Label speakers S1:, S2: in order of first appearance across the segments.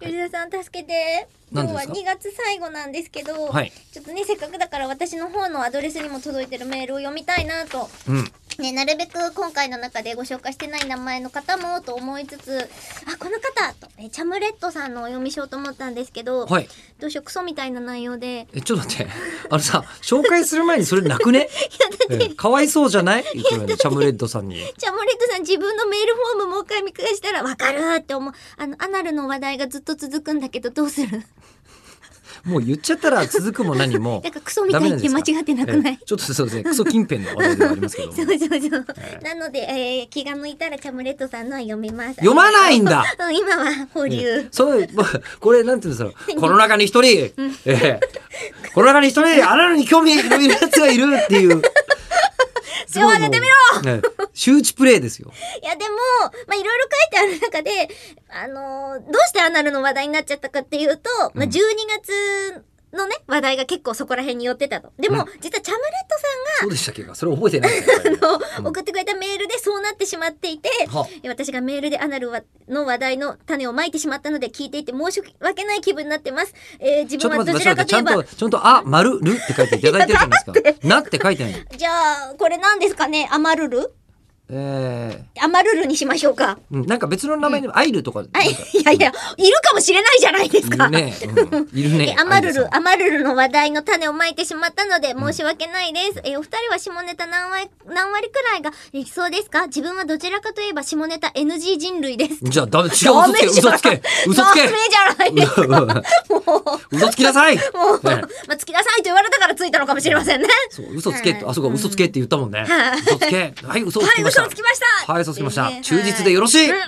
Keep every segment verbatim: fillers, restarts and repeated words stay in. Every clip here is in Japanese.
S1: 吉田さん助けて。今日はにがつ最後なんですけど、はい、ちょっとねせっかくだから私の方のアドレスにも届いてるメールを読みたいなと、うんね、なるべく今回の中でご紹介してない名前の方もと思いつつ、あこの方とえチャムレットさんのお読みしようと思ったんですけど、はい、どうしようクソみたいな内容で。
S2: えちょっと待ってあのさ紹介する前にそれなくねいやだって、えかわいそうじゃないチャムレットさんに。
S1: チャムレットさん自分のメールフォームもう一回見返したらわかるって思う。あのアナルの話題がずっと続くんだけどどうする？
S2: もう言っちゃったら続くも何も
S1: だからクソみたいって間違ってなくない？
S2: えー、ちょっとそうですねクソ近辺の話題ではありますけど
S1: そうそうそう、えー、なので、えー、気が向いたらチャムレットさんのは読みます。
S2: 読まないんだ
S1: 今は保留、
S2: えー、そうこれなんていうんですかこの中に一人、うんえー、この中に一人あなたに興味のいるやつがいるっていう
S1: 手を挙げてみろ、
S2: ね、周知プレイですよ。
S1: いやでもまあいろいろ書いてある中であのー、どうしてアナルの話題になっちゃったかっていうと、うん、まあ、じゅうにがつのね話題が結構そこら辺に寄ってたと。でも、うん、実はチャムレットさんが
S2: そうでしたっけかそれ覚えてない
S1: あの、うん、送ってくれたメールでそうなってしまっていて、私がメールでアナルの話題の種をまいてしまったので聞いていて申し訳ない気分になってます。えー、自分はどちらかといえば
S2: ちょっと待ってちゃんとあまるるって書いていただいてるじゃないですか。なって書いてない。
S1: じゃあこれ何ですかね？アマルル？
S2: え
S1: ー、アマルルにしましょうか。
S2: うん、なんか別の名前で、うん、アイルとか。
S1: いやいや、いるかもしれないじゃないですか。
S2: いるね。うん、いるね。
S1: アマルル、アマルルの話題の種をまいてしまったので申し訳ないです。うん、えー、お二人は下ネタ何割、何割くらいがいきそうですか？自分はどちらかといえば下ネタ エヌジー 人類です。
S2: じゃあ、だめ、違う、嘘つけ、嘘つけ、嘘つけ。
S1: ダメじゃないですか。
S2: 嘘つきなさい。も
S1: う、ね、まあ、つきなさいと言われたからついたのかもしれませんね。
S2: そう、嘘つけ、あそこ嘘つけって言ったもんね。嘘つけ。はい、嘘つきました。
S1: はい、嘘つきました。
S2: はい、嘘つきました。忠実でよろしい。はい、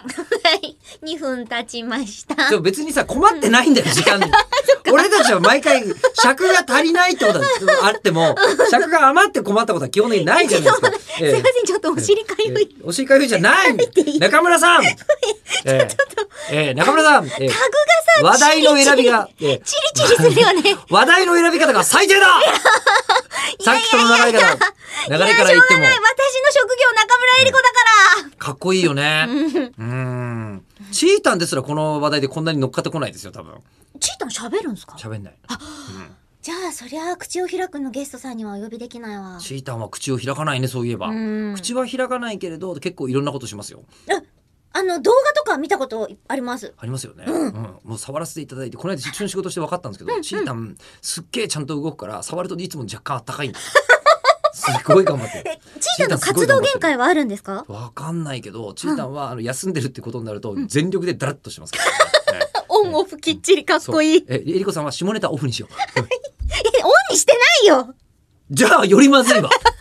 S1: にふん経ちました。
S2: ちょ別にさ困ってないんだよ時間。俺たちは毎回尺が足りないってことはあっても尺が余って困ったことは基本的にないじゃないですか。
S1: すいませんちょっとお尻かゆい。
S2: お尻かゆいじゃない。中村さん。ちょっと中村さん。タグが
S1: さ
S2: 話題の選びが
S1: チリチリするよね。
S2: 話題の選び方が最低だ。さっきとの流れから流れから言っても。私の職業中村えり子だから。 かっこいいよね。うん。チータンですらこの話題でこんなに乗っかってこないですよ多分。
S1: チータン喋るんですか？
S2: 喋んない。あ、うん、
S1: じゃあそりゃ口を開くのゲストさんにはお呼びできないわ。
S2: チータンは口を開かないねそういえば。口は開かないけれど結構いろんなことしますよ。
S1: あの動画とか見たことあります。
S2: ありますよね。うんうん、もう触らせていただいてこの間一緒に仕事して分かったんですけど、うんうん、チータンすっげえちゃんと動くから触るといつも若干あったかいんです。すごい頑張ってる。
S1: チータンの活動限界はあるんですか？
S2: わかんないけどチータンはあの休んでるってことになると全力でダラッとしてますから、ね。
S1: オンオフきっちりかっこいい。
S2: え、えりこさんは下ネタオフにしよう。
S1: え、オンにしてないよ。
S2: じゃあよりまずいわ。